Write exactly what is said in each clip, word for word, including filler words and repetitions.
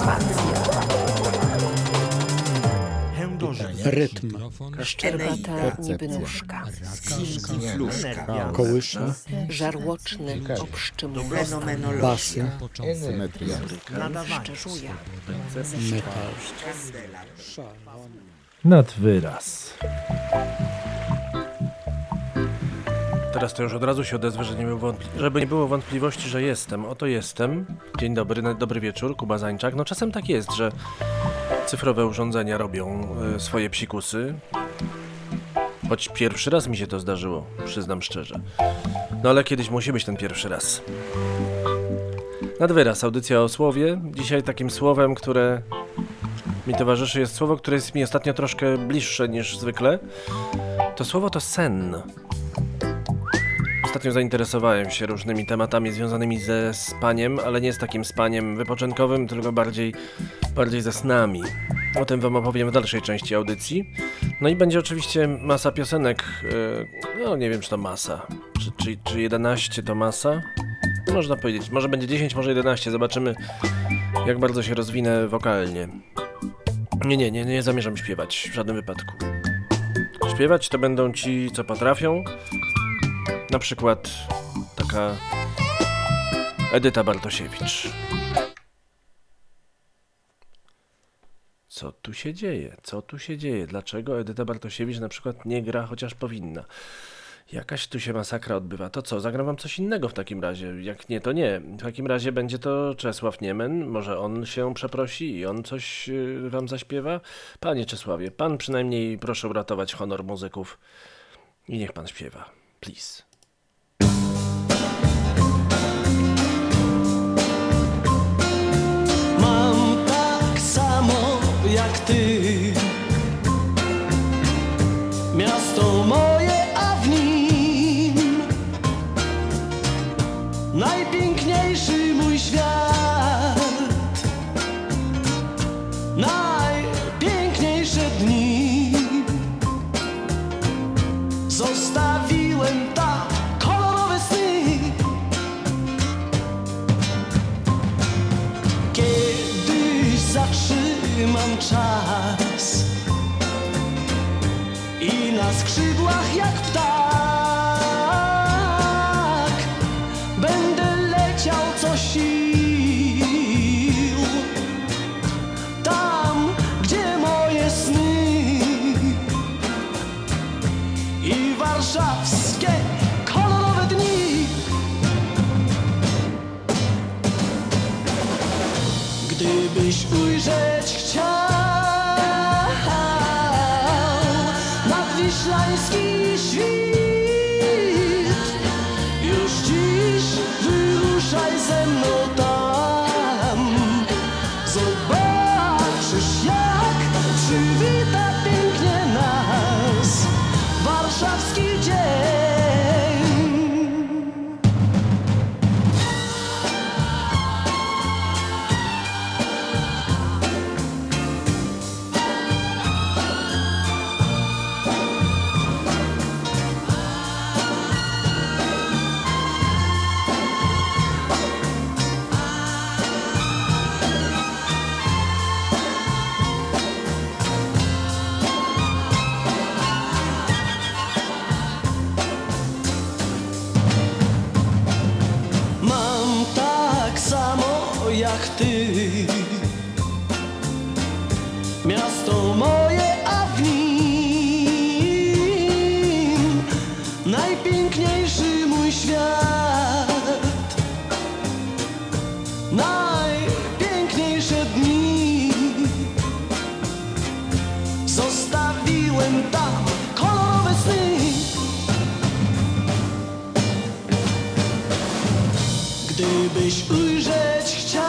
Rytm. Szczerbata niby nóżka. Kołysza. Żarłoczny obszczym Basy. szczerzuje. Metal. Nad wyraz. Teraz to już od razu się odezwę, że nie było wątpli- żeby nie było wątpliwości, że jestem. Oto jestem. Dzień dobry, na- dobry wieczór, Kuba Zańczak. No czasem tak jest, że cyfrowe urządzenia robią y, swoje psikusy. Choć pierwszy raz mi się to zdarzyło, przyznam szczerze. No ale kiedyś musi być ten pierwszy raz. Nad wyraz, audycja o słowie. Dzisiaj takim słowem, które mi towarzyszy, jest słowo, które jest mi ostatnio troszkę bliższe niż zwykle. To słowo to sen. Ostatnio zainteresowałem się różnymi tematami związanymi ze spaniem, ale nie z takim spaniem wypoczynkowym, tylko bardziej, bardziej ze snami. O tym wam opowiem w dalszej części audycji. No i będzie oczywiście masa piosenek, yy, no nie wiem czy to masa, czy, czy, czy jedenaście to masa? Można powiedzieć, może będzie dziesięć, może jedenaście, zobaczymy jak bardzo się rozwinę wokalnie. Nie, nie, nie, nie zamierzam śpiewać w żadnym wypadku. Śpiewać to będą ci, co potrafią. Na przykład taka Edyta Bartosiewicz. Co tu się dzieje? Co tu się dzieje? Dlaczego Edyta Bartosiewicz na przykład nie gra, chociaż powinna? Jakaś tu się masakra odbywa. To co? Zagram wam coś innego w takim razie. Jak nie, to nie. W takim razie będzie to Czesław Niemen. Może on się przeprosi i on coś yy, wam zaśpiewa? Panie Czesławie, pan przynajmniej proszę uratować honor muzyków i niech pan śpiewa. Please. Mam tak samo jak ty miasto moje, a w nim najpiękniejszy mój świat, najpiękniejsze dni zostawiłem tam kolorowe sny. Kiedyś zatrzymam czas i na skrzydłach jak ptak będę leciał co sił tam, gdzie moje sny i warszawskie kolorowe dni. Gdybyś ujrzeć chciał nadwiślański świt, już dziś wyruszaj ze mną tam. Zobaczysz jak przywita pięknie nas warszawski dzień. Mam tak samo jak ty miasto moje, a w nim najpiękniejszy mój świat, najpiękniejsze dni zostawiłem tam kolorowe sny. Gdybyś ujrzeć chciał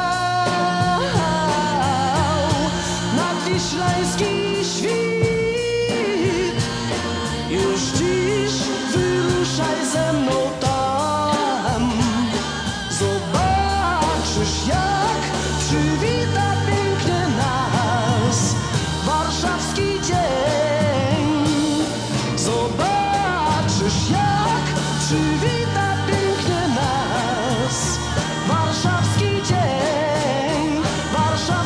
nadwiślański świt, już dziś wyruszaj ze mną tam. Zobaczysz jak przywita pięknie nas warszawski dzień. Zobaczysz jak przywita pięknie nas warszawski dzień. Warszawa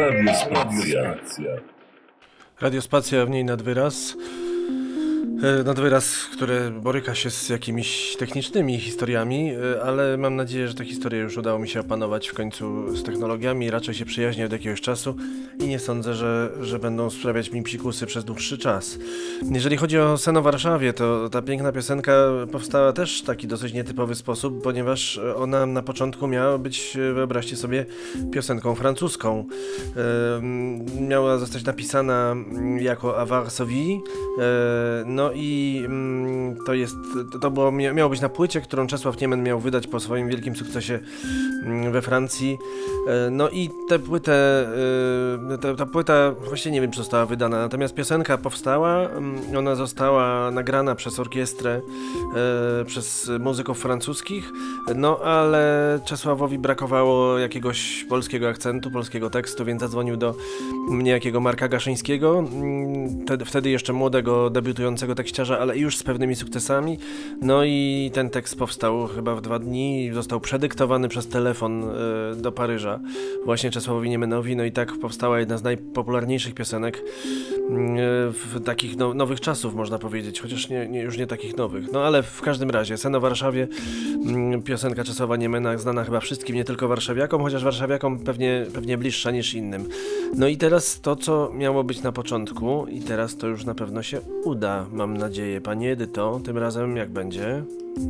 Radiospacja. Radiospacja, w niej nadwyraz. E, Nadwyraz, który boryka się z jakimiś technicznymi historiami, e, ale mam nadzieję, że te historie już udało mi się opanować w końcu z technologiami. Raczej się przyjaźnię od jakiegoś czasu i nie sądzę, że, że będą sprawiać mi psikusy przez dłuższy czas. Jeżeli chodzi o Sen o Warszawie, to ta piękna piosenka powstała też w taki dosyć nietypowy sposób, ponieważ ona na początku miała być, wyobraźcie sobie, piosenką francuską. E, miała zostać napisana jako A Varsovie, e, no i mm, to jest, to było, miało być na płycie, którą Czesław Niemen miał wydać po swoim wielkim sukcesie mm, we Francji. E, no i tę płytę, e, ta, ta płyta, właściwie nie wiem, czy została wydana, natomiast piosenka powstała, mm, ona została nagrana przez orkiestrę, e, przez muzyków francuskich, no ale Czesławowi brakowało jakiegoś polskiego akcentu, polskiego tekstu, więc zadzwonił do niejakiego Marka Gaszyńskiego, mm, te, wtedy jeszcze młodego, debiutującego tekściarza, ale już z pewnymi sukcesami. No i ten tekst powstał chyba w dwa dni i został przedyktowany przez telefon e, do Paryża właśnie Czesławowi Niemenowi. No i tak powstała jedna z najpopularniejszych piosenek e, w takich no, nowych czasów, można powiedzieć, chociaż nie, nie, już nie takich nowych. No ale w każdym razie Sen o Warszawie, m, piosenka Czesława Niemena, znana chyba wszystkim, nie tylko warszawiakom, chociaż warszawiakom pewnie, pewnie bliższa niż innym. No i teraz to, co miało być na początku, i teraz to już na pewno się uda, mam nadzieję. Pani Edyto, tym razem jak będzie?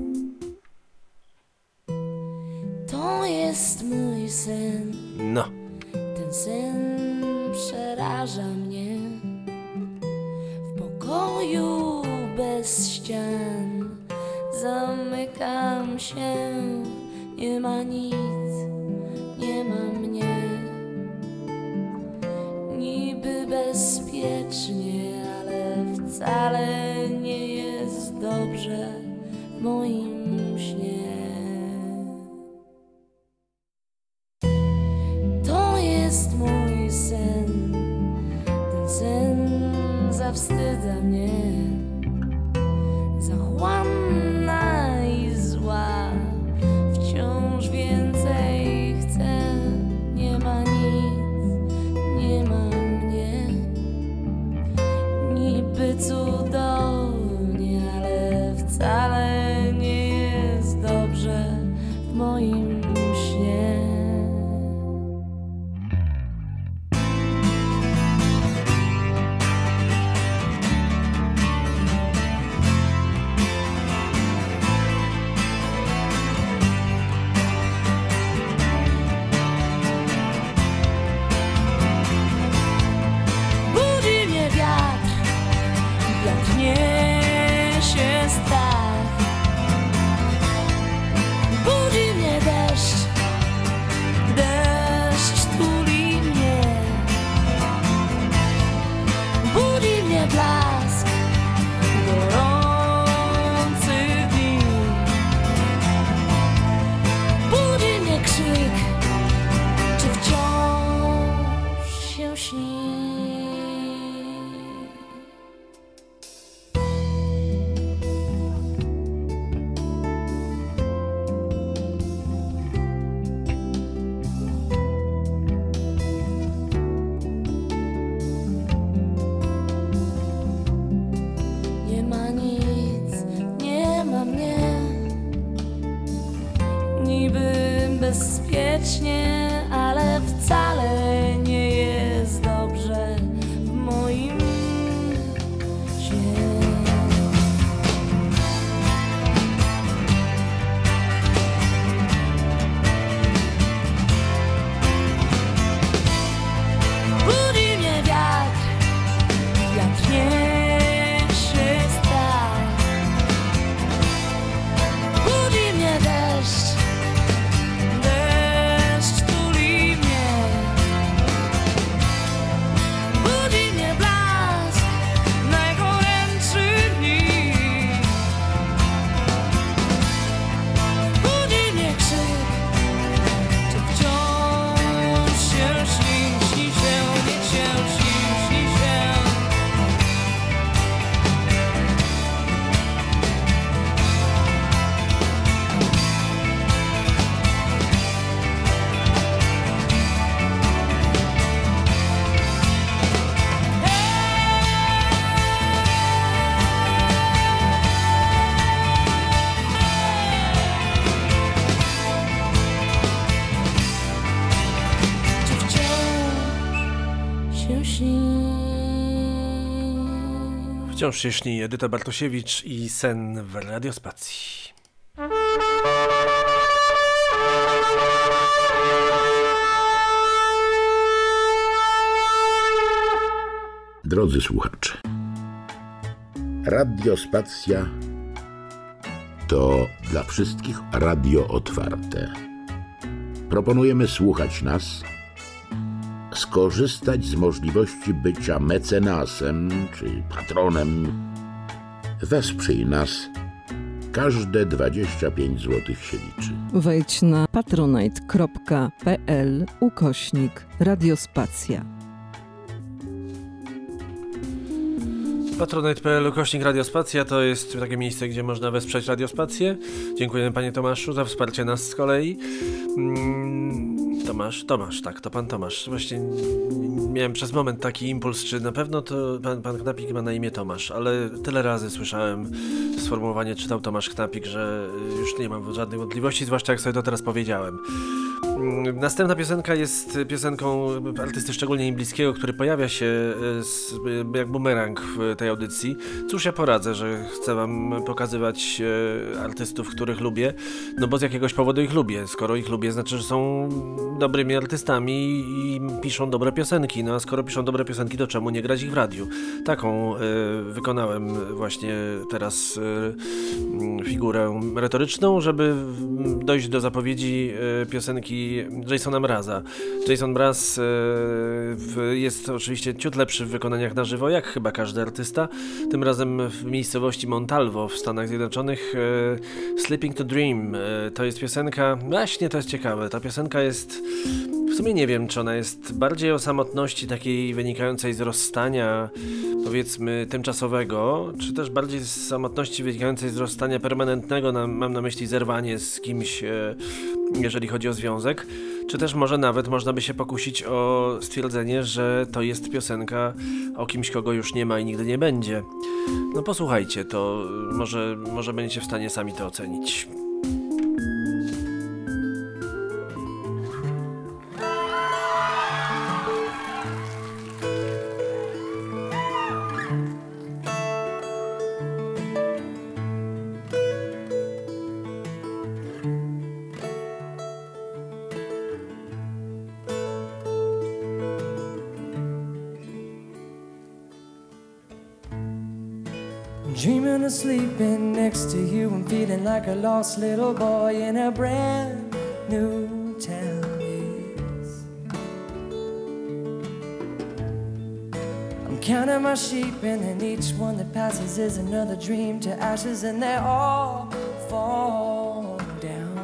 To jest mój sen, No, ten sen przeraża mnie. W pokoju bez ścian zamykam się, nie ma nic, nie ma mnie. Niby bezpiecznie, ale wcale nie jest dobrze w moim śnie. To jest mój sen, ten sen zawstydza mnie, zachłanna i zła, wciąż więcej chcę, nie ma nic, nie ma mnie. Niby cudownie, ale wcale nie jest dobrze w moim śnie. Budzi mnie wiatr, wiatr niesie strach. Budzi mnie deszcz, deszcz tuli mnie. Budzi mnie blask gorących dni. Budzi mnie krzyk, czy wciąż się śni. Nie ma nic, nie ma mnie. Niby bezpiecznie, ale wcale nie jest dobrze w moim śnie. Budzi mnie wiatr, wiatr niesie strach. Budzi mnie deszcz, deszcz tu się śni. Wciąż się śni. Edyta Bartosiewicz i Sen w Radiospacji. Drodzy słuchacze, Radiospacja to dla wszystkich radio otwarte. Proponujemy słuchać nas, skorzystać z możliwości bycia mecenasem czy patronem. Wesprzyj nas. Każde dwadzieścia pięć złotych się liczy. Wejdź na patronite.pl ukośnik Radiospacja. patronite kropka p l ukośnik Radiospacja to jest takie miejsce, gdzie można wesprzeć Radiospację. Dziękujemy panie Tomaszu za wsparcie nas z kolei. Mm, Tomasz, Tomasz, tak, to pan Tomasz. Właśnie miałem przez moment taki impuls, czy na pewno to pan, pan Knapik ma na imię Tomasz, ale tyle razy słyszałem sformułowanie czytał Tomasz Knapik, że już nie mam żadnych wątpliwości, zwłaszcza jak sobie to teraz powiedziałem. Następna piosenka jest piosenką artysty szczególnie im bliskiego, który pojawia się z, jak bumerang w tej audycji. Cóż ja poradzę, że chcę wam pokazywać artystów, których lubię, no bo z jakiegoś powodu ich lubię. Skoro ich lubię, znaczy, że są dobrymi artystami i piszą dobre piosenki. No a skoro piszą dobre piosenki, to czemu nie grać ich w radiu? Taką y, wykonałem właśnie teraz y, figurę retoryczną, żeby dojść do zapowiedzi y, piosenki Jasona Mraza. Jason Mraz e, w, jest oczywiście ciut lepszy w wykonaniach na żywo, jak chyba każdy artysta. Tym razem w miejscowości Montalvo w Stanach Zjednoczonych. E, Sleeping to Dream e, to jest piosenka, właśnie to jest ciekawe, ta piosenka jest, w sumie nie wiem, czy ona jest bardziej o samotności takiej wynikającej z rozstania, powiedzmy tymczasowego, czy też bardziej z samotności wynikającej z rozstania permanentnego, na, mam na myśli zerwanie z kimś, e, jeżeli chodzi o związek, czy też może nawet można by się pokusić o stwierdzenie, że to jest piosenka o kimś, kogo już nie ma i nigdy nie będzie. No posłuchajcie, to może, może będziecie w stanie sami to ocenić. Dreaming of sleeping next to you and feeling like a lost little boy in a brand new town. Yes. I'm counting my sheep and then each one that passes is another dream to ashes and they all fall down.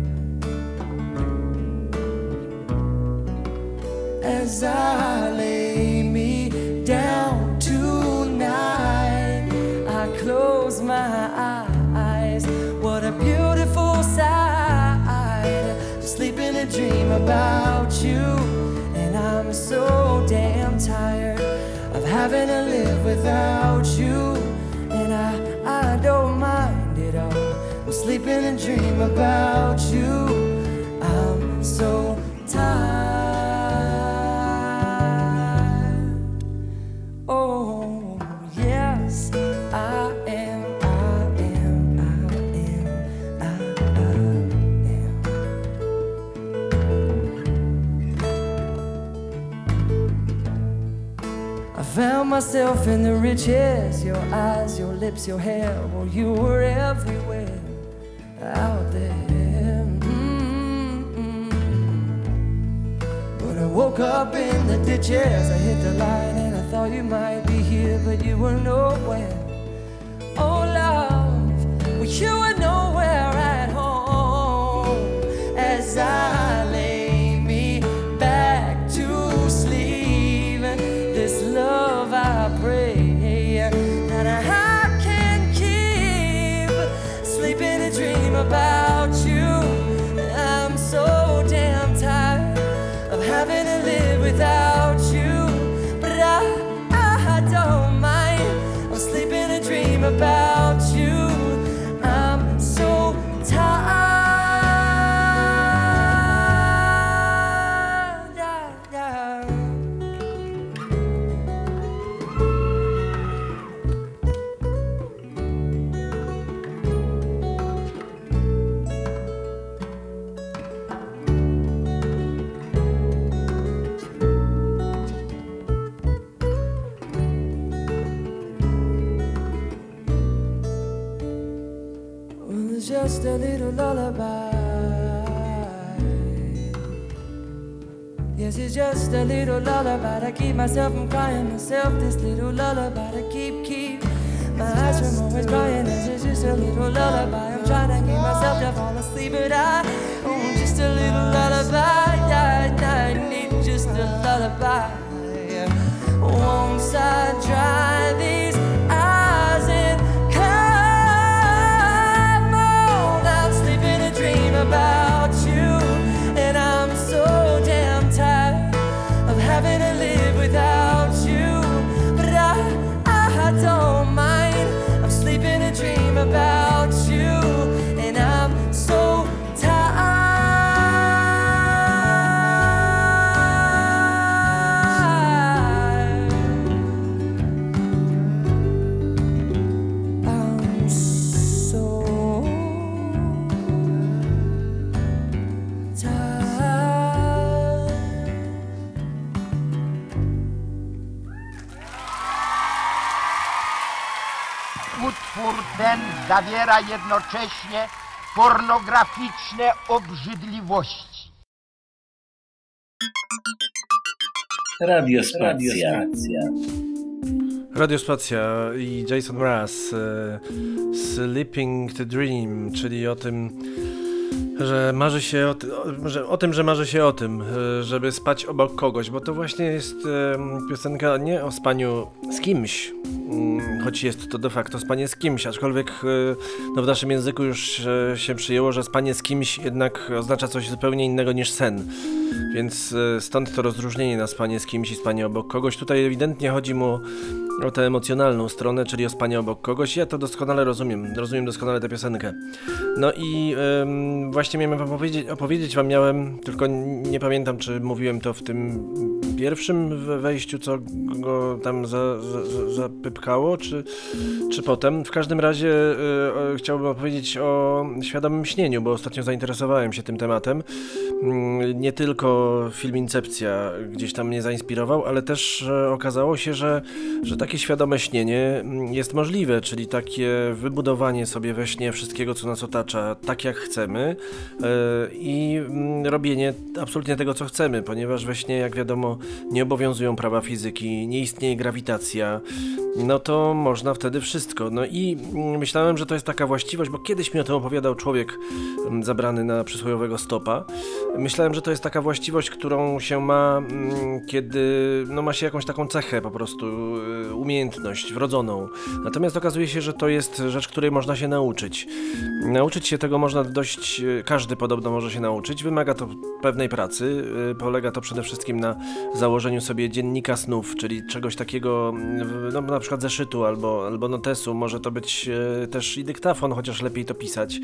As I lay me down tonight, I close my eyes. What a beautiful sight, to sleep in a dream about you. And I'm so damn tired of having to live without you. And I, I don't mind it all. I'm sleeping and dream about you. I'm so tired. Oh, yes, I am, I am, I am, I, I am. I found myself in the riches, your eyes, your lips, your hair. Well, you were everywhere out there. Mm-mm. But I woke up in the ditches, I hit the light and I thought you might be here, but you were nowhere. Oh love, well you were nowhere at home. As I lay me back to sleep, this love I pray that I can keep. Sleeping and dream about you. I'm so damn tired of having to live without you. But I, I don't mind. I'm sleeping and dream about you. I'm so just a little lullaby. Yes, it's just a little lullaby to keep myself from crying myself. This little lullaby to keep, keep my eyes from always crying. This is just a little lullaby. I'm trying to get myself to fall asleep, but I oh, just a little lullaby. I, I need just a lullaby. Once I dry these eyes and come on, I'll sleep in a dream about you. And I'm so damn tired of having to live without you. But I, I don't mind. I'm sleeping a dream about you. And I'm so tired. I'm so tired. Utwór ten zawiera jednocześnie pornograficzne obrzydliwości. Radiospacja. Radiospacja i Jason Mraz, e, Sleeping to Dream, czyli o tym, że marzy się o, ty, o, że, o tym, że marzy się o tym, e, żeby spać obok kogoś, bo to właśnie jest e, piosenka nie o spaniu z kimś, mm, choć jest to de facto spanie z kimś, aczkolwiek e, no w naszym języku już e, się przyjęło, że spanie z kimś jednak oznacza coś zupełnie innego niż sen. Więc e, stąd to rozróżnienie na spanie z kimś i spanie obok kogoś. Tutaj ewidentnie chodzi mu o tę emocjonalną stronę, czyli o spanie obok kogoś. Ja to doskonale rozumiem, rozumiem doskonale tę piosenkę. No i ym, właśnie miałem wam opowiedzieć, opowiedzieć wam miałem, tylko nie pamiętam, czy mówiłem to w tym pierwszym wejściu, co go tam za, za, za, zapypkało, czy, czy potem. W każdym razie y, chciałbym opowiedzieć o świadomym śnieniu, bo ostatnio zainteresowałem się tym tematem. Y, nie tylko film Incepcja gdzieś tam mnie zainspirował, ale też y, okazało się, że, że takie świadome śnienie jest możliwe, czyli takie wybudowanie sobie we śnie wszystkiego, co nas otacza, tak jak chcemy y, i y, robienie absolutnie tego, co chcemy, ponieważ we śnie, jak wiadomo, nie obowiązują prawa fizyki, nie istnieje grawitacja, no to można wtedy wszystko. No i myślałem, że to jest taka właściwość, bo kiedyś mi o tym opowiadał człowiek zabrany na przysłowiowego stopa. Myślałem, że to jest taka właściwość, którą się ma, kiedy no ma się jakąś taką cechę, po prostu umiejętność wrodzoną. Natomiast okazuje się, że to jest rzecz, której można się nauczyć. Nauczyć się tego można dość, każdy podobno może się nauczyć. Wymaga to pewnej pracy. Polega to przede wszystkim na założeniu sobie dziennika snów, czyli czegoś takiego, no na przykład zeszytu albo, albo notesu. Może to być e, też i dyktafon, chociaż lepiej to pisać.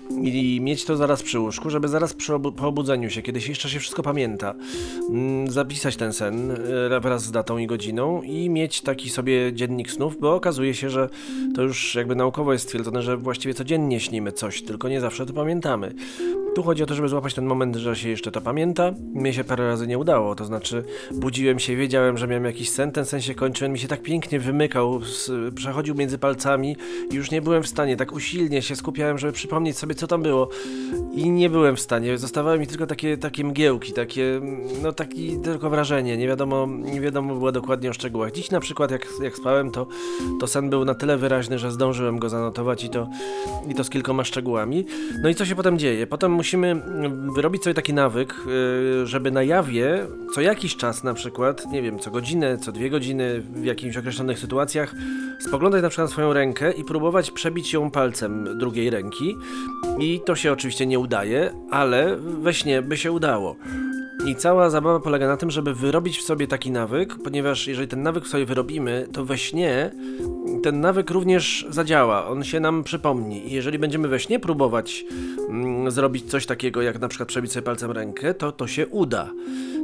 I mieć to zaraz przy łóżku, żeby zaraz przy obu- po obudzeniu się, kiedy się jeszcze się wszystko pamięta, m, zapisać ten sen e, wraz z datą i godziną i mieć taki sobie dziennik snów, bo okazuje się, że to już jakby naukowo jest stwierdzone, że właściwie codziennie śnimy coś, tylko nie zawsze to pamiętamy. Tu chodzi o to, żeby złapać ten moment, że się jeszcze to pamięta. Mnie się parę razy nie udało, to znaczy budziłem się, wiedziałem, że miałem jakiś sen, ten sen się kończył, on mi się tak pięknie wymykał, s- przechodził między palcami i już nie byłem w stanie, tak usilnie się skupiałem, żeby przypomnieć sobie, co tam było i nie byłem w stanie, zostawały mi tylko takie, takie mgiełki, takie, no taki tylko wrażenie, nie wiadomo, nie wiadomo było dokładnie o szczegółach. Dziś na przykład, jak, jak spałem, to, to sen był na tyle wyraźny, że zdążyłem go zanotować i to, i to z kilkoma szczegółami. No i co się potem dzieje? Potem musimy wyrobić sobie taki nawyk, żeby na jawie co jakiś czas na przykład, nie wiem, co godzinę, co dwie godziny w jakichś określonych sytuacjach spoglądać na przykład na swoją rękę i próbować przebić ją palcem drugiej ręki. I to się oczywiście nie udaje, ale we śnie by się udało. I cała zabawa polega na tym, żeby wyrobić w sobie taki nawyk, ponieważ jeżeli ten nawyk sobie wyrobimy, to we śnie ten nawyk również zadziała, on się nam przypomni. I jeżeli będziemy we śnie próbować mm, zrobić coś takiego, jak na przykład przebić sobie palcem rękę, to to się uda.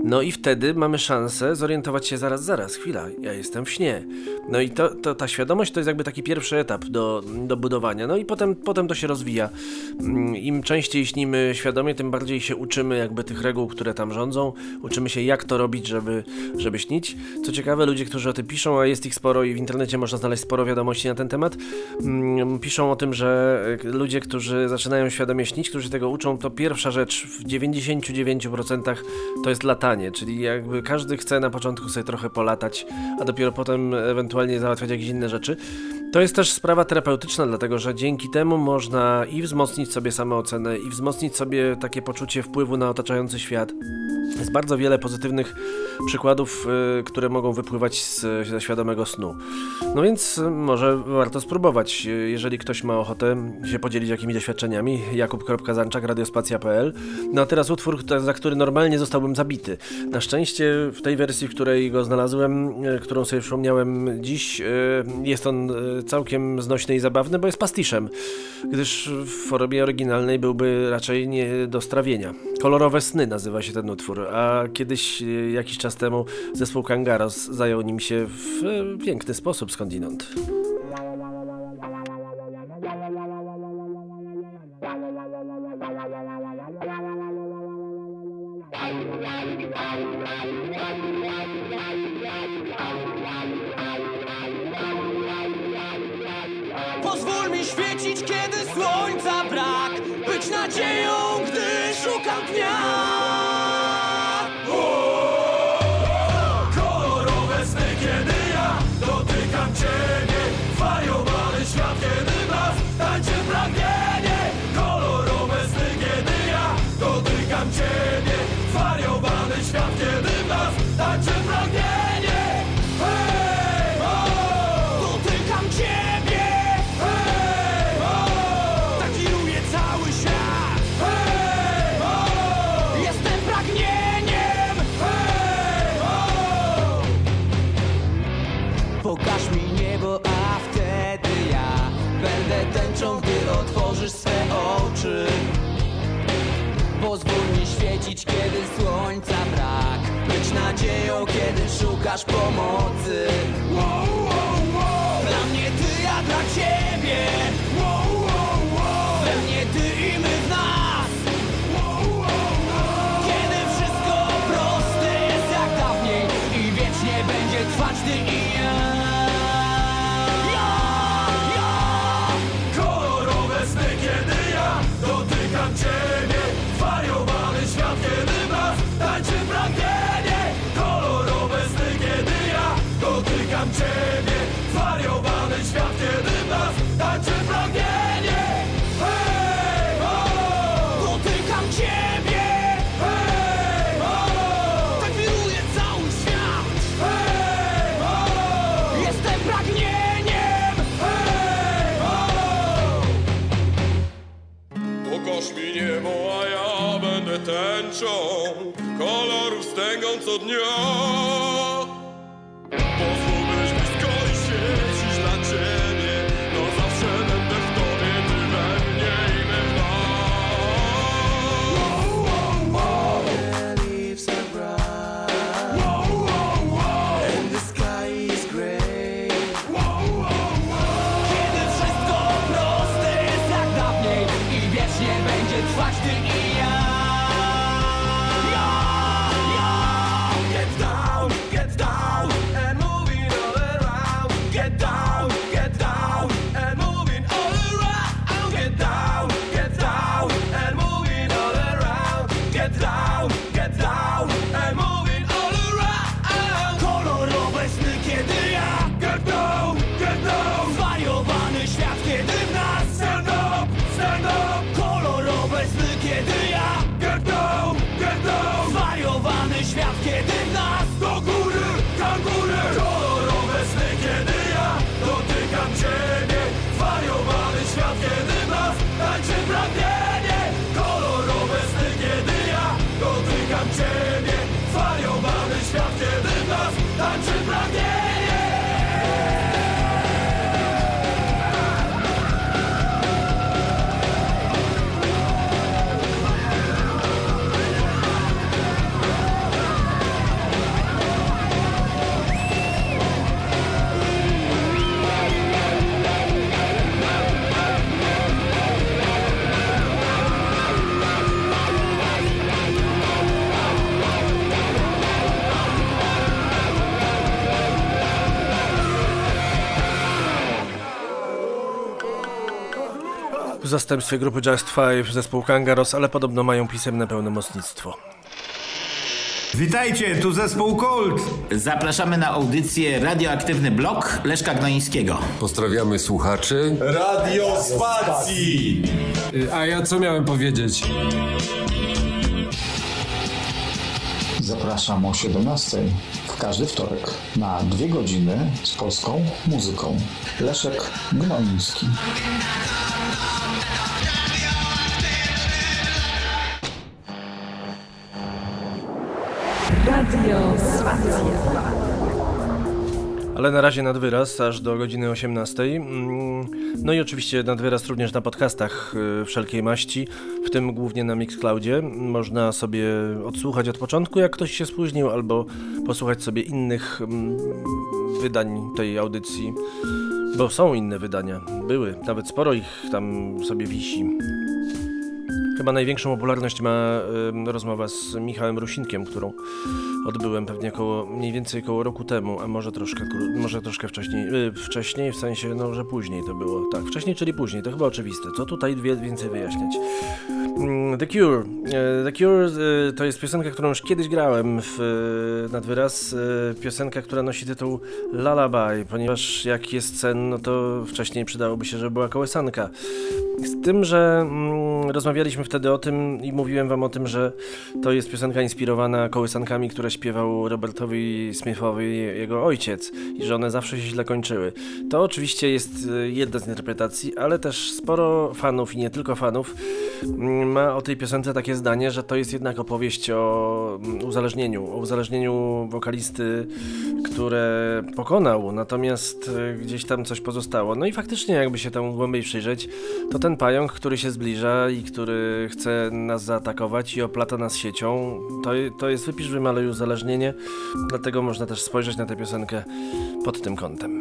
No i wtedy mamy szansę zorientować się zaraz, zaraz, chwila, ja jestem w śnie. No i to, to, ta świadomość to jest jakby taki pierwszy etap do, do budowania. No i potem, potem to się rozwija. Im częściej śnimy świadomie, tym bardziej się uczymy jakby tych reguł, które tam rządzą. Uczymy się, jak to robić, żeby, żeby śnić. Co ciekawe, ludzie, którzy o tym piszą, a jest ich sporo i w internecie można znaleźć sporo wiadomości na ten temat, piszą o tym, że ludzie, którzy zaczynają świadomie śnić, którzy tego uczą, to pierwsza rzecz w dziewięćdziesiąt dziewięć procent to jest latanie, czyli jakby każdy chce na początku sobie trochę polatać, a dopiero potem ewentualnie załatwiać jakieś inne rzeczy. To jest też sprawa terapeutyczna, dlatego że dzięki temu można i wzmocnić sobie samoocenę, i wzmocnić sobie takie poczucie wpływu na otaczający świat. Jest bardzo wiele pozytywnych przykładów, yy, które mogą wypływać z, ze świadomego snu. No więc może warto spróbować, jeżeli ktoś ma ochotę się podzielić jakimiś doświadczeniami. jakub kropka zanczak, radiospacja kropka p l. No a teraz utwór, za który normalnie zostałbym zabity. Na szczęście w tej wersji, w której go znalazłem, yy, którą sobie przypomniałem dziś, yy, jest on yy, całkiem znośny i zabawny, bo jest pastiszem, gdyż w formie oryginalnej byłby raczej nie do strawienia. Kolorowe sny nazywa się ten utwór, a kiedyś, jakiś czas temu, zespół Kangaros zajął nim się w piękny sposób skądinąd. Pozwól mi świecić, kiedy słońca brak, być nadzieją, gdy szukam dnia. Kolorowe sny, kiedy ja dotykam Ciebie, zwariowany świat, kiedy w nas tańczy pragnienie. Kolorowe sny, kiedy ja dotykam Ciebie, zwariowany świat, kiedy w nas tańczy pragnienie. Hej, o! Dotykam Ciebie. Hej, o! Tak wiruje cały świat. Hej, o! Jestem pragnieniem. Hej, o! Pokaż mi niebo, a wtedy ja będę tęczą, gdy otworzysz swe oczy. Pozwól mi świecić, kiedy słońca brak, być nadzieją, kiedy szukasz pomocy. Wow, wow, wow. Dla mnie ty, ja dla ciebie. Wow, wow, wow. We mnie ty i my w nas. Wow, wow, wow. Kiedy wszystko proste jest jak dawniej i wiecznie będzie trwać ty i ja. Ja, ja. Kolorowe sny, kiedy ja dotykam ciebie, zwariowany świat, kiedy w nas tańczy pragnienie. Kolorowe sny, kiedy ja dotykam ciebie, zwariowany świat, kiedy w nas tańczy pragnienie. Hej, o! Dotykam ciebie. Hej, o! Tak wiruje cały świat. Hej, o! Jestem pragnieniem. Hej, o! Pokaż mi niebo, a ja będę tęczą kolorów stęgą co dnia. Pozwól być blisko i świecić dla ciebie. No zawsze będę w tobie, ty we mnie i my w nas. Wow, wow, wow. The leaves are bright. Wow, wow, wow. And the sky is gray. Wow, wow, wow. Kiedy wszystko proste jest jak dawniej i wiecznie będzie trwać ty i ja. Ja, ja. Get down, get down and moving all around. Get down, get down and moving all around. Get down, get down and moving all around. Get down, get down and moving all around. Kolorowe sny, kiedy ja get down, get down. Zwariowany świat, kiedy w nas stand up, stand up. Kolorowe sny, kiedy ja get down, get down. Zwariowany świat, kiedy w nas do góry, kangury. Kolorowe sny, kiedy ja dotykam ciebie, zwariowany świat, kiedy w nas tańczy pragnienie. Kolorowe sny, kiedy ja dotykam ciebie, zwariowany świat, kiedy w nas tańczy pragnienie. zastępstwie grupy Just Five zespół Kangaros, ale podobno mają pisemne pełnomocnictwo. Witajcie, tu zespół Kult. Zapraszamy na audycję Radioaktywny Blok Leszka Gnoińskiego. Pozdrawiamy słuchaczy Radio Spacji. A ja co miałem powiedzieć? Zapraszam o siedemnastej w każdy wtorek na dwie godziny z polską muzyką. Leszek Gnoiński. Radio Spacja. Ale na razie nad wyraz, aż do godziny osiemnastej. No i oczywiście nad wyraz również na podcastach wszelkiej maści, w tym głównie na Mixcloudzie. Można sobie odsłuchać od początku, jak ktoś się spóźnił, albo posłuchać sobie innych wydań tej audycji, bo są inne wydania, były, nawet sporo ich tam sobie wisi. Chyba największą popularność ma y, rozmowa z Michałem Rusinkiem, którą odbyłem pewnie koło, mniej więcej koło roku temu, a może troszkę, może troszkę wcześniej, y, wcześniej, w sensie, no, że później to było, tak, wcześniej, czyli później, to chyba oczywiste, co tutaj wie, więcej wyjaśniać. The Cure. The Cure to jest piosenka, którą już kiedyś grałem w nad wyraz. Piosenka, która nosi tytuł Lullaby, ponieważ jak jest sen, no to wcześniej przydałoby się, żeby była kołysanka. Z tym, że mm, rozmawialiśmy wtedy o tym i mówiłem wam o tym, że to jest piosenka inspirowana kołysankami, które śpiewał Robertowi Smithowi jego ojciec i że one zawsze się źle kończyły. To oczywiście jest jedna z interpretacji, ale też sporo fanów i nie tylko fanów ma o tej piosence takie zdanie, że to jest jednak opowieść o uzależnieniu, o uzależnieniu wokalisty, które pokonał, natomiast gdzieś tam coś pozostało. No i faktycznie jakby się temu głębiej przyjrzeć, to ten pająk, który się zbliża i który chce nas zaatakować i oplata nas siecią, to, to jest wypisz, wymaluj uzależnienie, dlatego można też spojrzeć na tę piosenkę pod tym kątem.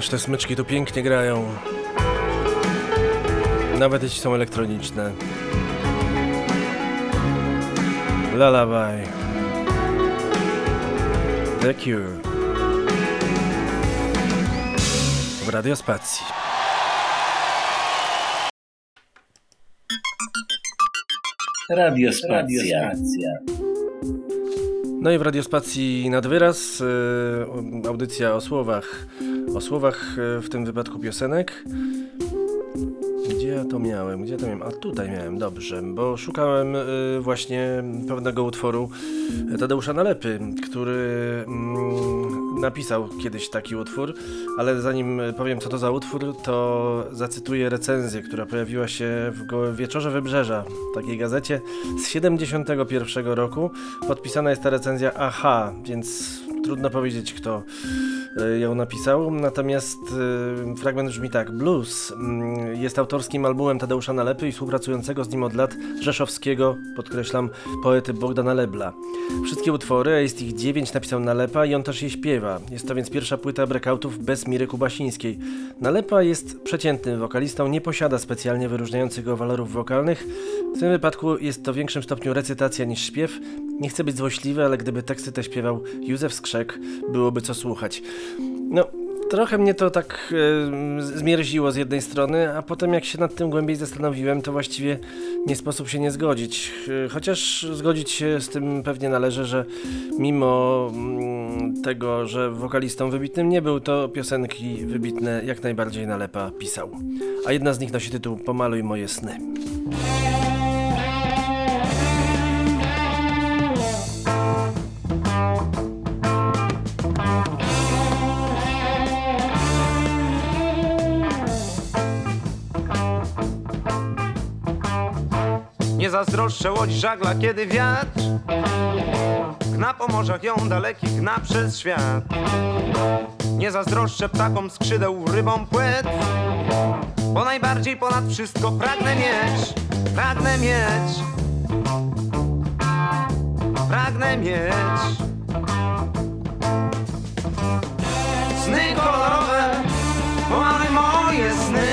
Ależ te smyczki tu pięknie grają. Nawet jeśli są elektroniczne. Lullaby. The Cure. W Radiospacji. Radiospacja. No i w Radiospacji nad wyraz yy, audycja o słowach, o słowach yy, w tym wypadku piosenek. Gdzie ja to miałem? Gdzie to miałem? A tutaj miałem, dobrze, bo szukałem y, właśnie pewnego utworu Tadeusza Nalepy, który mm, napisał kiedyś taki utwór, ale zanim powiem co to za utwór, to zacytuję recenzję, która pojawiła się w Go- Wieczorze Wybrzeża, takiej gazecie z siedemdziesiątego pierwszego roku. Podpisana jest ta recenzja Aha, więc trudno powiedzieć kto ją napisał, natomiast y, fragment brzmi tak. Blues y, jest autorskim albumem Tadeusza Nalepy i współpracującego z nim od lat rzeszowskiego, podkreślam, poety Bogdana Lebla. Wszystkie utwory, a jest ich dziewięć, napisał Nalepa i on też je śpiewa. Jest to więc pierwsza płyta breakoutów bez Miry Kubasińskiej. Nalepa jest przeciętnym wokalistą, nie posiada specjalnie wyróżniających go walorów wokalnych. W tym wypadku jest to w większym stopniu recytacja niż śpiew. Nie chcę być złośliwy, ale gdyby teksty te śpiewał Józef Skrzek, byłoby co słuchać. No, trochę mnie to tak e, zmierziło z jednej strony, a potem jak się nad tym głębiej zastanowiłem, to właściwie nie sposób się nie zgodzić. E, chociaż zgodzić się z tym pewnie należy, że mimo mm, tego, że wokalistą wybitnym nie był, to piosenki wybitne jak najbardziej Nalepa pisał. A jedna z nich nosi tytuł Pomaluj moje sny. Nie zazdroszczę łodzi żagla, kiedy wiatr gna po morzach ją dalekich, gna przez świat. Nie zazdroszczę ptakom skrzydeł, rybom płetw, bo najbardziej ponad wszystko pragnę mieć, pragnę mieć, pragnę mieć sny kolorowe, pomaluj moje sny.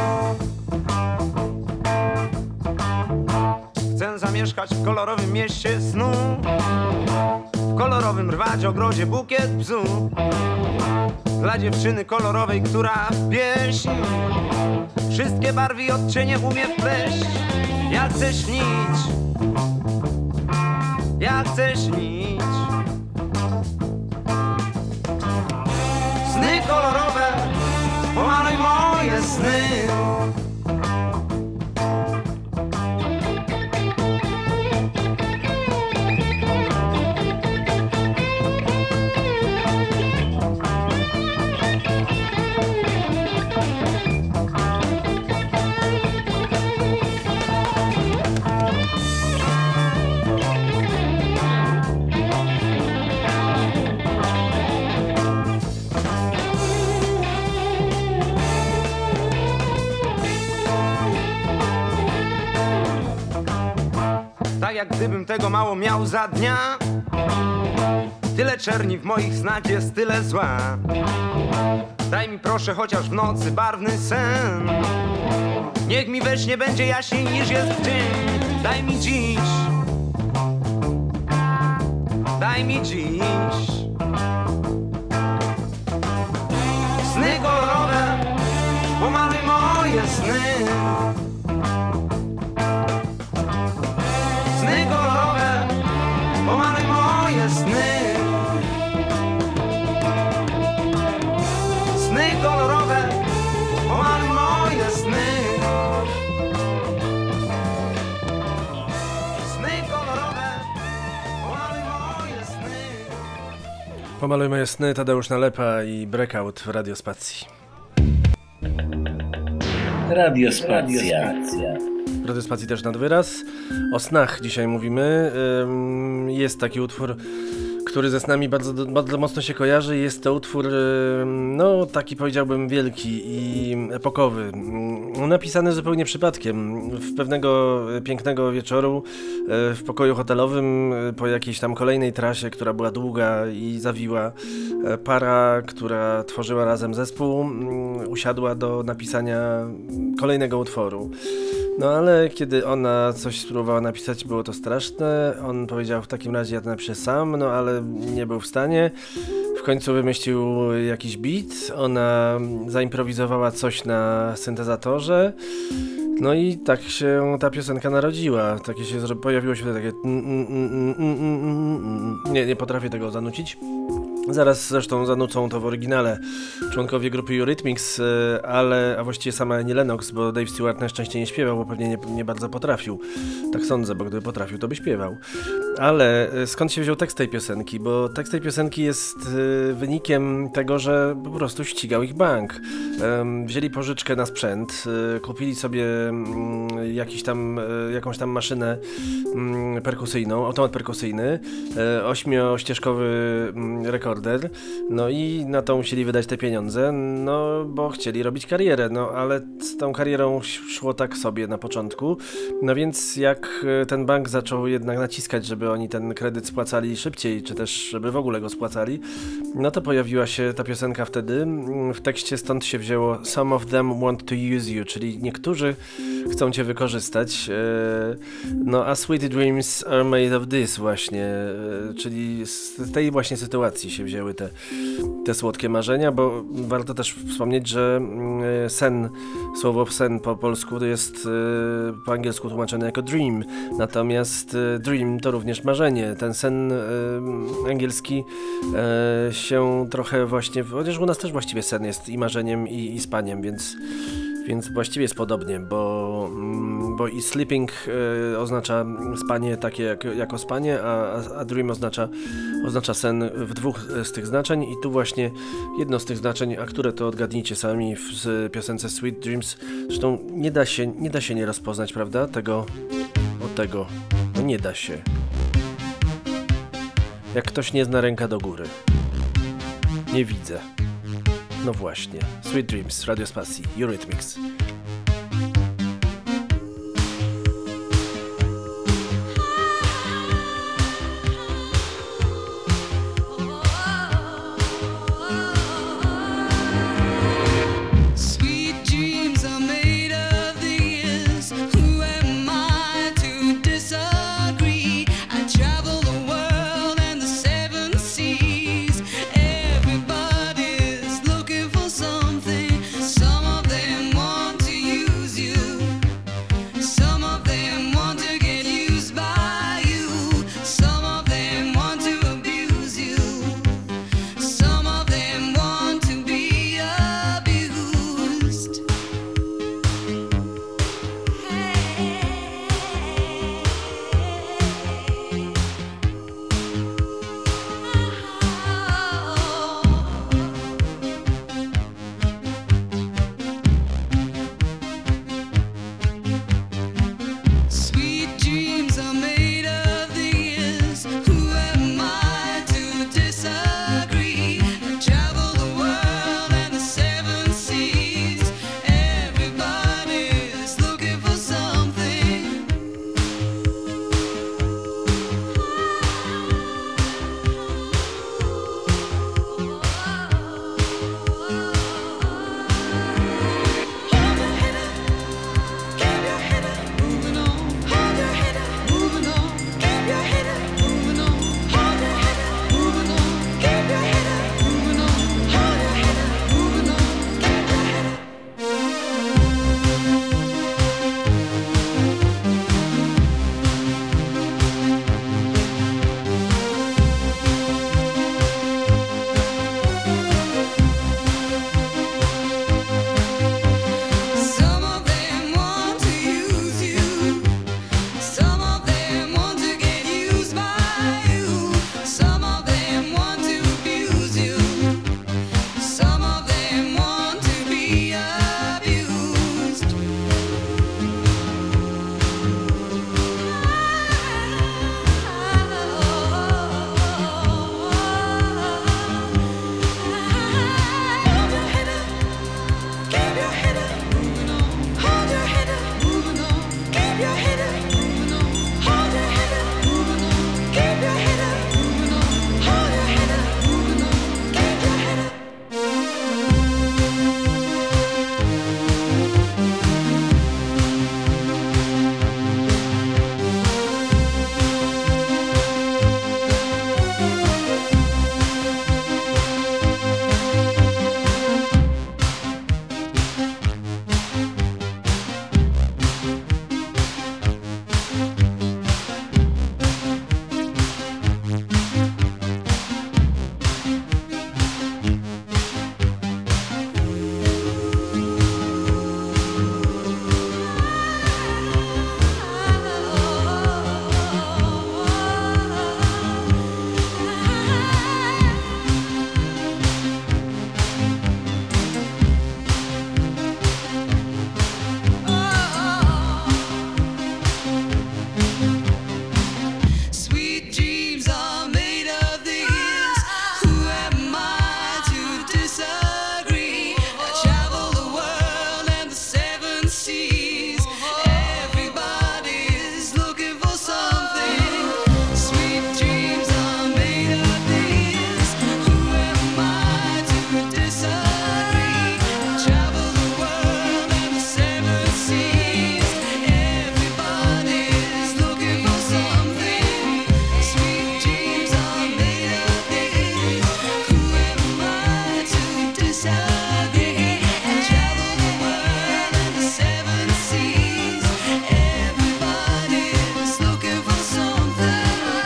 Chcę zamieszkać w kolorowym mieście snu, w kolorowym rwać ogrodzie bukiet bzu, dla dziewczyny kolorowej, która w pieśń wszystkie barwy i odcienie umie wpleść. Ja chcę śnić, ja chcę śnić sny kolorowe, pomaluj moje sny. Tak jak gdybym tego mało miał za dnia, tyle czerni w moich snach jest, tyle zła. Daj mi proszę chociaż w nocy barwny sen, niech mi we śnie będzie jaśniej niż jest w dzień. Daj mi dziś, daj mi dziś sny kolorowe, pomaluj moje sny. Sny kolorowe, pomaluj moje sny. Sny kolorowe, pomaluj moje sny. Sny kolorowe, pomaluj moje sny. Pomaluj moje sny, Tadeusz Nalepa i Breakout w Radiospacji. Radiospacja. W Radiospacji też nad wyraz. O snach dzisiaj mówimy. Jest taki utwór, który ze snami bardzo, bardzo mocno się kojarzy. Jest to utwór, no taki powiedziałbym wielki i epokowy. Napisany zupełnie przypadkiem. W pewnego pięknego wieczoru w pokoju hotelowym po jakiejś tam kolejnej trasie, która była długa i zawiła, para, która tworzyła razem zespół, usiadła do napisania kolejnego utworu. No ale kiedy ona coś spróbowała napisać, było to straszne. On powiedział: w takim razie ja to napiszę sam, no ale nie był w stanie. W końcu wymyślił jakiś beat, ona zaimprowizowała coś na syntezatorze. No i tak się ta piosenka narodziła. Takie się pojawiło się takie... Nie, nie potrafię tego zanucić. Zaraz zresztą zanucą to w oryginale członkowie grupy Eurythmics, ale, a właściwie sama Annie Lennox, bo Dave Stewart na szczęście nie śpiewał, bo pewnie nie, nie bardzo potrafił. Tak sądzę, bo gdyby potrafił, to by śpiewał. Ale skąd się wziął tekst tej piosenki? Bo tekst tej piosenki jest wynikiem tego, że po prostu ścigał ich bank. Wzięli pożyczkę na sprzęt, kupili sobie jakiś tam, jakąś tam maszynę perkusyjną, automat perkusyjny, ośmiościeżkowy rekorder, no i na to musieli wydać te pieniądze, no bo chcieli robić karierę, no ale z tą karierą szło tak sobie na początku, no więc jak ten bank zaczął jednak naciskać, żeby oni ten kredyt spłacali szybciej, czy też żeby w ogóle go spłacali, no to pojawiła się ta piosenka wtedy. W tekście stąd się wzięło "Some of them want to use you", czyli niektórzy chcą cię wykorzystać, no a "Sweet dreams are made of this" właśnie, czyli z tej właśnie sytuacji się wzięły te, te słodkie marzenia, bo warto też wspomnieć, że sen, słowo sen po polsku to jest po angielsku tłumaczone jako dream, natomiast dream to również marzenie. Ten sen angielski się trochę właśnie, chociaż u nas też właściwie sen jest i marzeniem i, i spaniem, więc Więc właściwie jest podobnie, bo, bo i sleeping y, oznacza spanie takie jak, jako spanie, a, a dream oznacza, oznacza sen w dwóch z tych znaczeń i tu właśnie jedno z tych znaczeń, a które to odgadnijcie sami w z piosence Sweet Dreams. Zresztą nie da się nie, da się nie rozpoznać, prawda? Tego od tego. No nie da się. Jak ktoś nie zna, ręka do góry. Nie widzę. No właśnie, Sweet Dreams, Radio Spacji, Eurythmics. Some of them want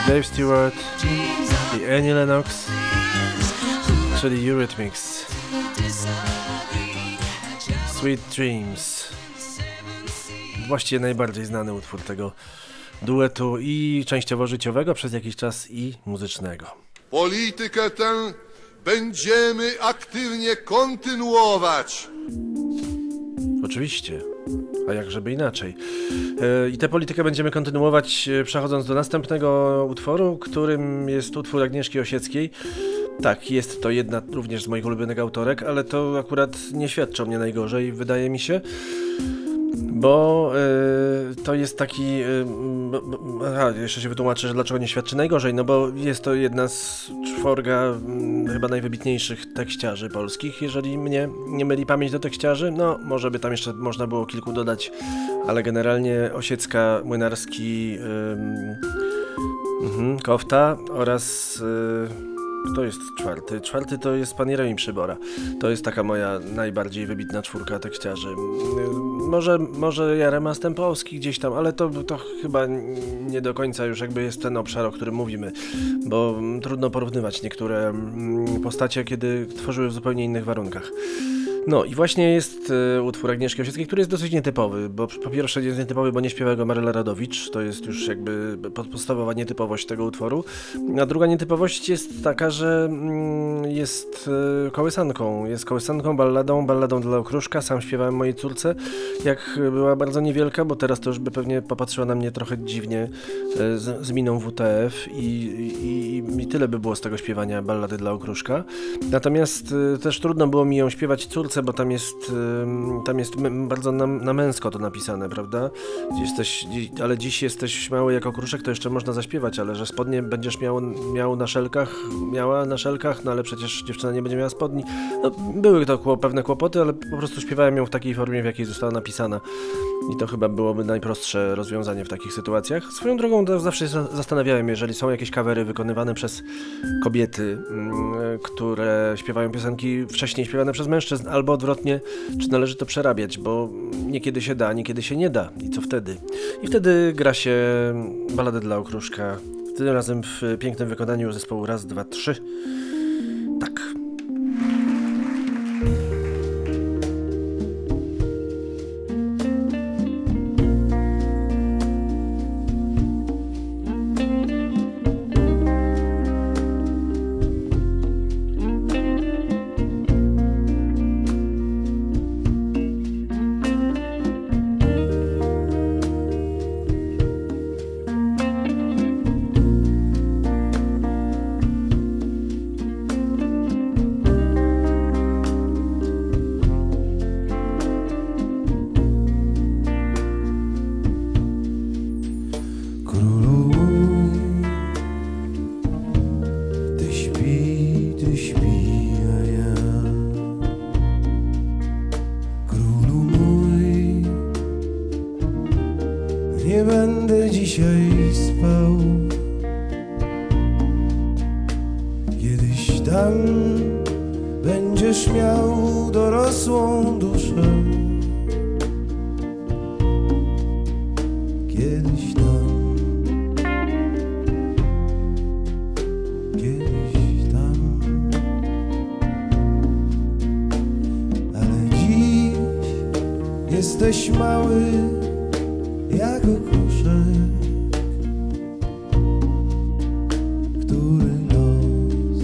Dave Stewart i Annie Lennox, czyli Eurythmics. Sweet Dreams. Właściwie najbardziej znany utwór tego duetu i częściowo życiowego przez jakiś czas i muzycznego. Politykę tę będziemy aktywnie kontynuować. Oczywiście, a jakżeby inaczej. Yy, I tę politykę będziemy kontynuować, yy, przechodząc do następnego utworu, którym jest utwór Agnieszki Osieckiej. Tak, jest to jedna również z moich ulubionych autorek, ale to akurat nie świadczy o mnie najgorzej, wydaje mi się. Bo y, to jest taki... Y, aha, jeszcze się wytłumaczę, że dlaczego nie świadczy najgorzej. No bo jest to jedna z czworga y, chyba najwybitniejszych tekściarzy polskich, jeżeli mnie nie myli pamięć do tekściarzy. No, może by tam jeszcze można było kilku dodać, ale generalnie Osiecka, Młynarski, y, y, Kofta oraz... Y, Kto jest czwarty? Czwarty to jest pan Jeremi Przybora. To jest taka moja najbardziej wybitna czwórka tekściarzy. Może, może Jarema Stępowski gdzieś tam, ale to, to chyba nie do końca już jakby jest ten obszar, o którym mówimy, bo trudno porównywać niektóre postacie, kiedy tworzyły w zupełnie innych warunkach. No i właśnie jest y, utwór Agnieszki Osieckiej, który jest dosyć nietypowy, bo po pierwsze jest nietypowy, bo nie śpiewa go Maryla Radowicz, to jest już jakby podstawowa nietypowość tego utworu, a druga nietypowość jest taka, że mm, jest y, kołysanką, jest kołysanką, balladą, balladą dla okruszka, sam śpiewałem mojej córce, jak była bardzo niewielka, bo teraz to już by pewnie popatrzyła na mnie trochę dziwnie y, z, z miną W T F i, i, i tyle by było z tego śpiewania ballady dla okruszka, natomiast y, też trudno było mi ją śpiewać córce, bo tam jest, tam jest bardzo na, na męsko to napisane, prawda? Jesteś, ale dziś jesteś mały jak okruszek, to jeszcze można zaśpiewać, ale że spodnie będziesz miał, miał na szelkach, miała na szelkach, no ale przecież dziewczyna nie będzie miała spodni. No, były to pewne kłopoty, ale po prostu śpiewałem ją w takiej formie, w jakiej została napisana. I to chyba byłoby najprostsze rozwiązanie w takich sytuacjach. Swoją drogą to zawsze się zastanawiałem, jeżeli są jakieś covery wykonywane przez kobiety, które śpiewają piosenki wcześniej śpiewane przez mężczyzn, albo odwrotnie, czy należy to przerabiać, bo niekiedy się da, niekiedy się nie da. I co wtedy? I wtedy gra się balladę dla okruszka, tym razem w pięknym wykonaniu zespołu Raz, Dwa, Trzy. Tak. Nie będę dzisiaj spał. Kiedyś tam będziesz miał dorosłą duszę. Kiedyś tam, kiedyś tam. Ale dziś jesteś mały jak okruszek, który los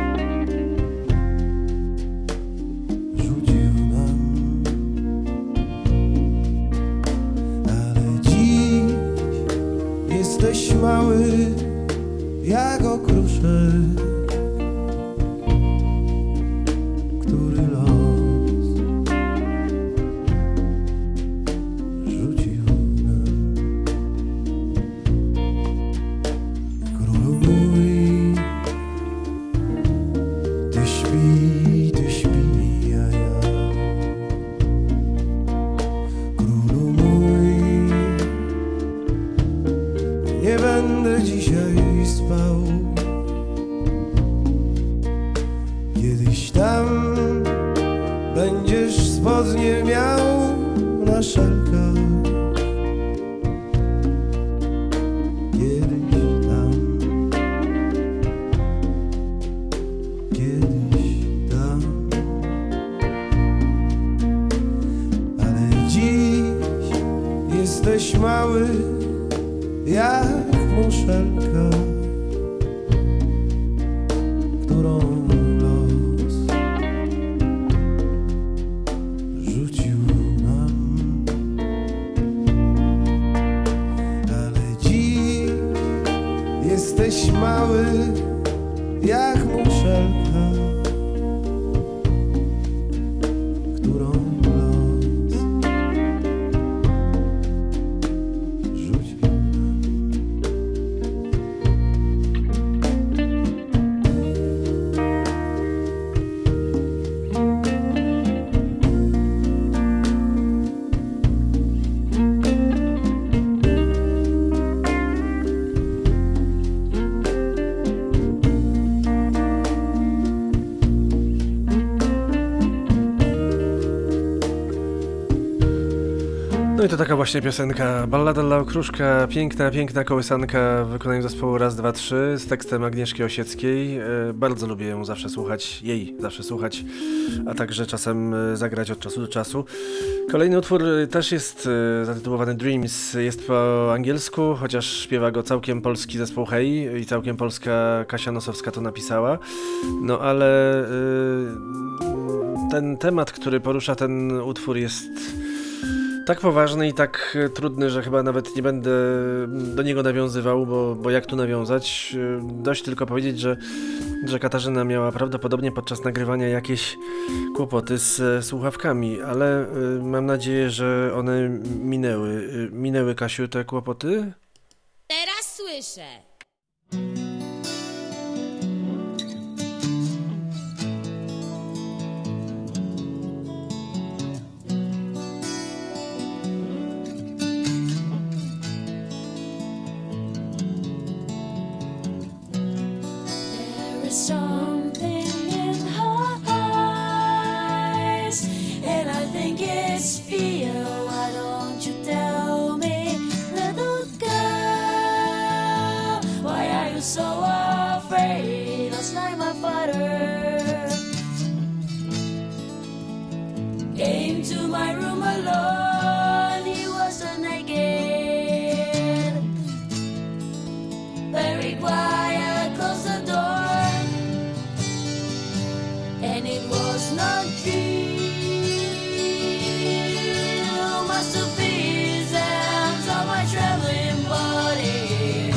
rzucił nam. Ale dziś jesteś mały jak okruszek, który los rzucił. Nie będę dzisiaj spał. Kiedyś tam będziesz spodnie miał na szelkach. Kiedyś tam, jak muszelka, którą los rzucił nam. Ale dziś jesteś mały jak muszelka, którą los rzucił nam. No i to taka właśnie piosenka, ballada dla okruszka, piękna, piękna kołysanka w wykonaniu zespołu raz dwa trzy z tekstem Agnieszki Osieckiej. E, bardzo lubię ją zawsze słuchać, jej zawsze słuchać, a także czasem zagrać od czasu do czasu. Kolejny utwór też jest e, zatytułowany Dreams, jest po angielsku, chociaż śpiewa go całkiem polski zespół Hej i całkiem polska Kasia Nosowska to napisała. No ale e, ten temat, który porusza ten utwór jest tak poważny i tak trudny, że chyba nawet nie będę do niego nawiązywał, bo, bo jak tu nawiązać? Dość tylko powiedzieć, że, że Katarzyna miała prawdopodobnie podczas nagrywania jakieś kłopoty z słuchawkami, ale y, mam nadzieję, że one minęły. Y, minęły, Kasiu, te kłopoty? Teraz słyszę. Something in her eyes, and I think it's fear. Why don't you tell me, little girl? Why are you so afraid? Last night my father came to my room alone. He was naked, very quiet, closed the door. And it was not true. Must have been hands on my trembling body.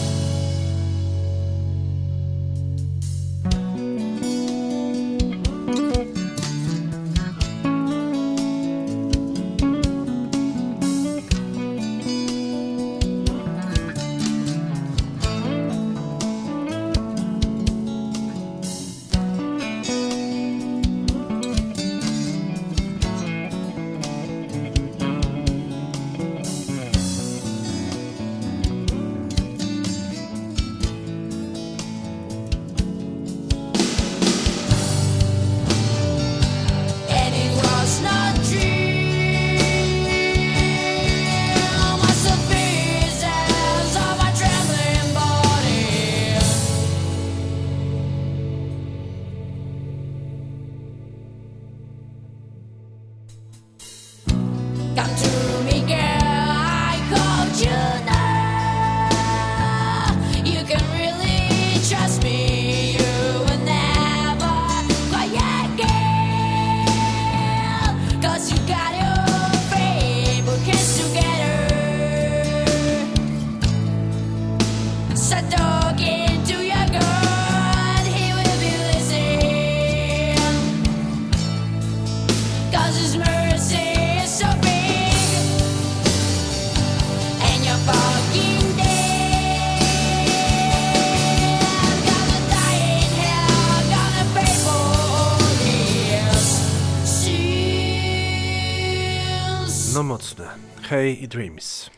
No mocne. Hej i Dreams.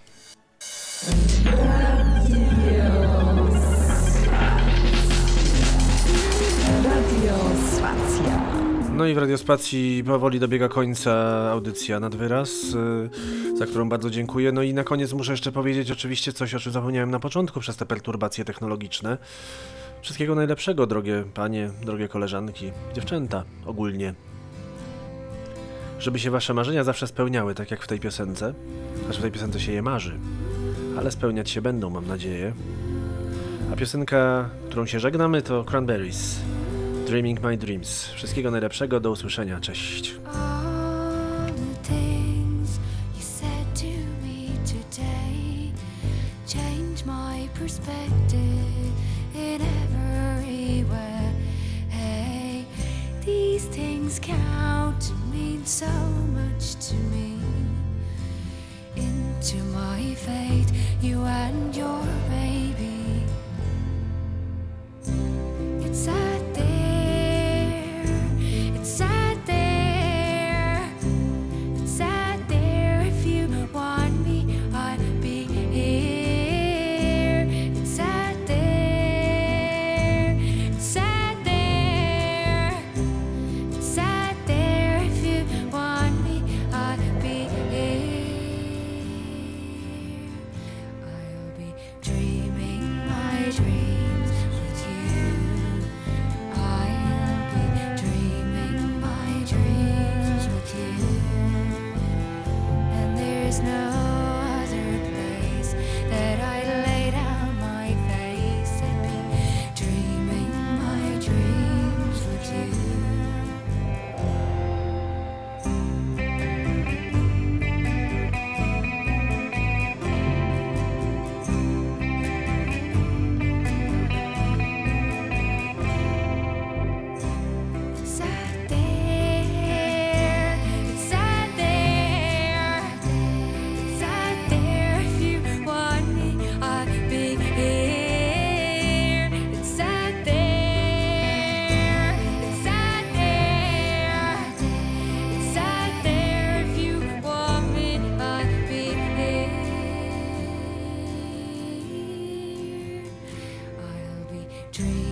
Radiospacja. No i w Radiospacji powoli dobiega końca audycja Nad Wyraz, za którą bardzo dziękuję. No i na koniec muszę jeszcze powiedzieć oczywiście coś, o czym zapomniałem na początku przez te perturbacje technologiczne. Wszystkiego najlepszego, drogie panie, drogie koleżanki, dziewczęta ogólnie. Żeby się wasze marzenia zawsze spełniały, tak jak w tej piosence. Znaczy w tej piosence się je marzy. ale spełniać się będą, mam nadzieję. A piosenka, którą się żegnamy, to Cranberries, Dreaming My Dreams. Wszystkiego najlepszego, do usłyszenia, cześć. All the things you said to me today change my perspective in every way. Hey, these things count and mean so much to me. Into my fate, you and your baby. It's out there, it's out there, it's out there. If you want me, I'll be here. It's out there, it's out there, it's out there. If you want me, I'll be here. I'll be dreaming my dreams with you. I'll be dreaming my dreams with you. And there's no other place that I'd lay down my face and be dreaming my dreams with you. It's out there, it's out there, it's out there. If you want me, I'll be here. It's out there, it's out there, it's out there. If you want me, I'll be here. I'll be dreaming.